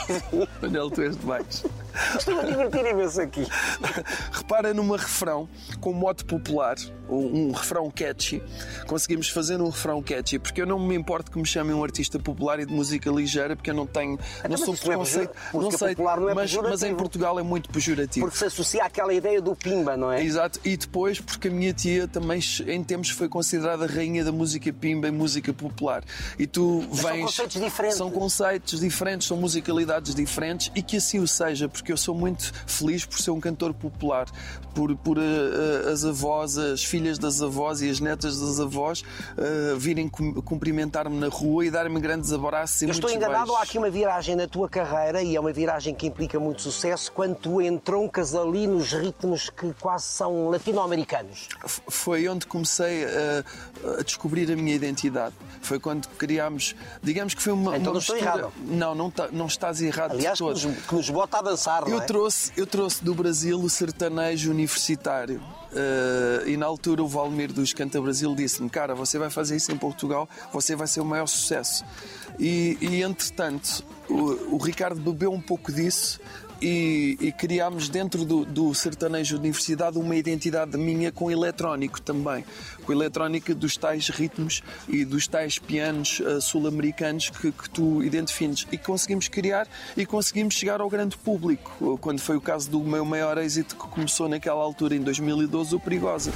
Manel, tu és demais. Estou a divertir imenso aqui. Repara numa refrão com mote popular, um, um refrão catchy. Conseguimos fazer um refrão catchy, porque eu não me importo que me chamem um artista popular e de música ligeira, porque eu não tenho. Então, não sou preconceito. Não, não sei, não é mas, mas em Portugal é muito pejorativo. Porque se associa àquela ideia do pimba, não é? Exato, e depois porque a minha tia também em tempos foi considerada a rainha da música pimba e música popular. E tu vens. São conceitos diferentes. São conceitos diferentes, são musicalidades diferentes e que assim o seja, porque eu sou muito feliz por ser um cantor popular, por, por uh, uh, as avós, as filhas das avós e as netas das avós uh, virem cumprimentar-me na rua e darem-me grandes abraços e eu muitos estou enganado, beijos. Há aqui uma viragem na tua carreira e é uma viragem que implica muito sucesso quando tu entroncas ali nos ritmos que quase são latino-americanos. Foi onde comecei a, a descobrir a minha identidade. Foi quando criámos, digamos que foi uma, então uma não estou mistura... errado. Não, não, tá, não estás errado. Aliás, de todo. Que, nos, que nos bota a dançar, não eu é? Trouxe, eu trouxe do Brasil o sertanejo universitário. Uh, e na altura o Valmir dos Canta Brasil disse-me: cara, você vai fazer isso em Portugal, você vai ser o maior sucesso. E, e entretanto, o, o Ricardo bebeu um pouco disso. E, e criámos dentro do, do sertanejo de universidade uma identidade minha com eletrónico também, com eletrónica dos tais ritmos e dos tais pianos uh, sul-americanos que, que tu identifiques, e conseguimos criar e conseguimos chegar ao grande público, quando foi o caso do meu maior êxito que começou naquela altura em dois mil e doze, o Perigosa.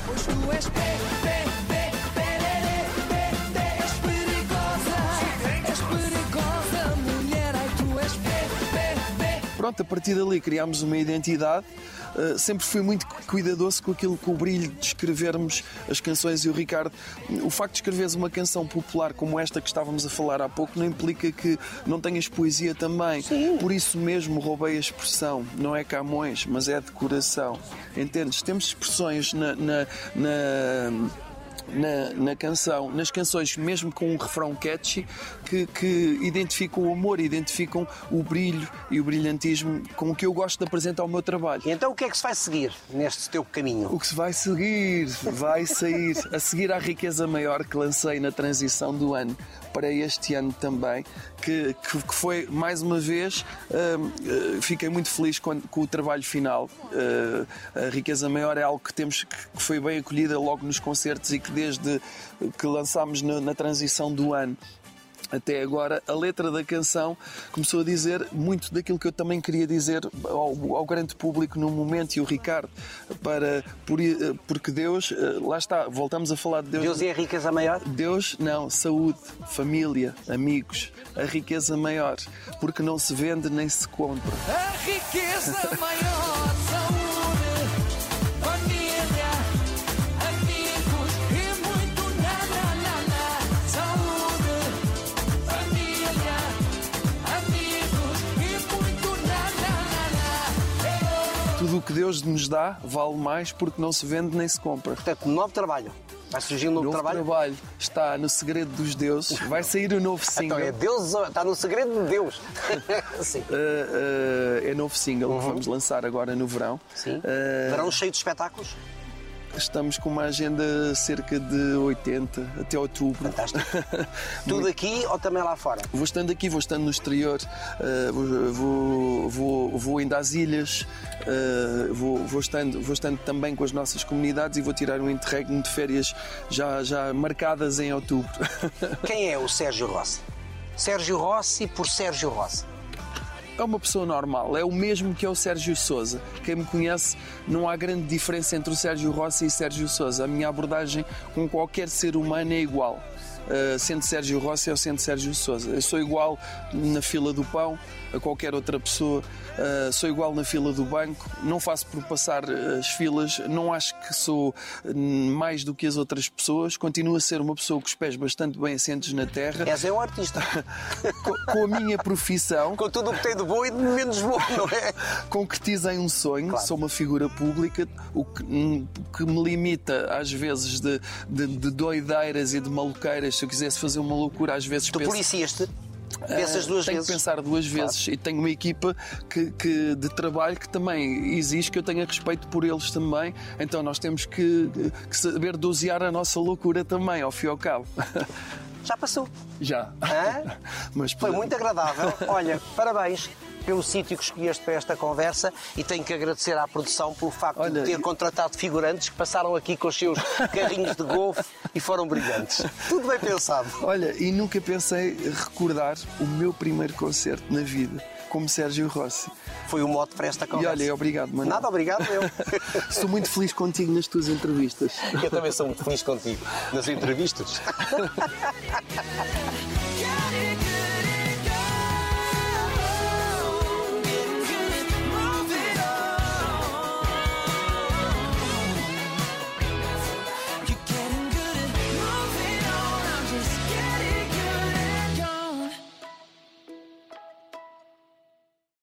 Pronto, a partir dali criámos uma identidade. Uh, sempre fui muito cuidadoso com aquilo, com o brilho de escrevermos as canções. E o Ricardo, o facto de escreveres uma canção popular como esta que estávamos a falar há pouco não implica que não tenhas poesia também. Sim. Por isso mesmo roubei a expressão. Não é Camões, mas é de coração. Entendes? Temos expressões na... na, na Na, na canção, nas canções, mesmo com um refrão catchy, que, que identificam o amor, identificam o brilho e o brilhantismo com que eu gosto de apresentar o meu trabalho. E então o que é que se vai seguir neste teu caminho? O que se vai seguir? Vai sair a seguir à Riqueza Maior, que lancei na transição do ano para este ano também, que, que, que foi, mais uma vez, uh, uh, fiquei muito feliz com, com o trabalho final. Uh, a Riqueza Maior é algo que temos que, que foi bem acolhida logo nos concertos e que desde que lançámos na, na transição do ano até agora, a letra da canção começou a dizer muito daquilo que eu também queria dizer ao, ao grande público no momento, e o Ricardo, para, por, porque Deus, lá está, voltamos a falar de Deus. Deus é a riqueza maior? Deus, não, saúde, família, amigos, a riqueza maior, porque não se vende nem se compra. A riqueza maior, saúde, família, amigos e muito nada, nada. Saúde, família, amigos e muito nada, nada. Tudo o que Deus nos dá vale mais porque não se vende nem se compra. Portanto, novo trabalho. Vai surgir um novo, novo trabalho? trabalho está no Segredo dos Deuses. Vai sair o novo single. Então é Deus, está no segredo de Deus. Sim. Uh, uh, é novo single uhum. que vamos lançar agora no verão. Sim. Uh, verão cheio de espetáculos? Estamos com uma agenda cerca de oitenta até outubro. Fantástico. Tudo aqui ou também lá fora? Vou estando aqui, vou estando no exterior, uh, vou, vou, vou, vou indo às ilhas, uh, vou, vou, estando, vou estando também com as nossas comunidades e vou tirar um interregno de férias já, já marcadas em outubro. Quem é o Sérgio Rossi? Sérgio Rossi por Sérgio Rossi. É uma pessoa normal, é o mesmo que é o Sérgio Sousa. Quem me conhece, não há grande diferença entre o Sérgio Rossi e Sérgio Sousa. A minha abordagem com qualquer ser humano é igual. Uh, sendo Sérgio Rossi ou sendo Sérgio Sousa. Eu sou igual na fila do pão a qualquer outra pessoa, uh, sou igual na fila do banco, não faço por passar as filas, não acho que sou mais do que as outras pessoas, continuo a ser uma pessoa com os pés bastante bem assentes na terra. És é um artista. com, com a minha profissão. Com tudo o que tem de bom e de menos bom, não é? Concretizei um sonho, claro. Sou uma figura pública, o que, que me limita às vezes de, de, de doideiras e de maluqueiras. Se eu quisesse fazer uma loucura, às vezes tu penso... policiaste? Pensas duas tenho vezes? que pensar duas vezes, claro. E tenho uma equipa que, que, de trabalho que também exige que eu tenha respeito por eles também, então nós temos que, que saber dosear a nossa loucura também, ao fim e ao cabo. Já passou? Já. Hã? Mas, foi muito agradável. Olha, parabéns pelo sítio que escolheste para esta conversa e tenho que agradecer à produção pelo facto Olha, de ter contratado figurantes que passaram aqui com os seus carrinhos de golfe e foram brilhantes. Tudo bem pensado. Olha, e nunca pensei recordar o meu primeiro concerto na vida, como Sérgio Rossi. Foi o mote para esta conversa. E olha, obrigado, Manuel. Nada, obrigado eu. Sou muito feliz contigo nas tuas entrevistas. Eu também sou muito feliz contigo nas entrevistas.